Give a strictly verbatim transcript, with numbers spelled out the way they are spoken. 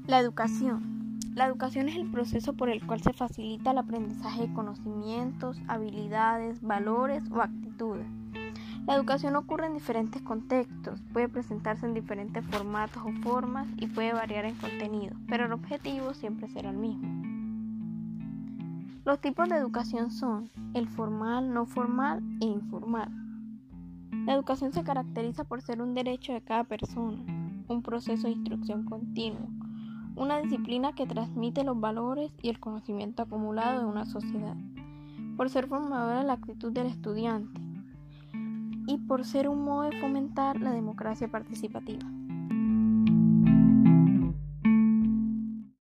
La educación. La educación es el proceso por el cual se facilita el aprendizaje de conocimientos, habilidades, valores o actitudes. La educación ocurre en diferentes contextos, puede presentarse en diferentes formatos o formas y puede variar en contenido, pero el objetivo siempre será el mismo. Los tipos de educación son el formal, no formal e informal. La educación se caracteriza por ser un derecho de cada persona, un proceso de instrucción continuo, una disciplina que transmite los valores y el conocimiento acumulado de una sociedad, por ser formadora de la actitud del estudiante y por ser un modo de fomentar la democracia participativa.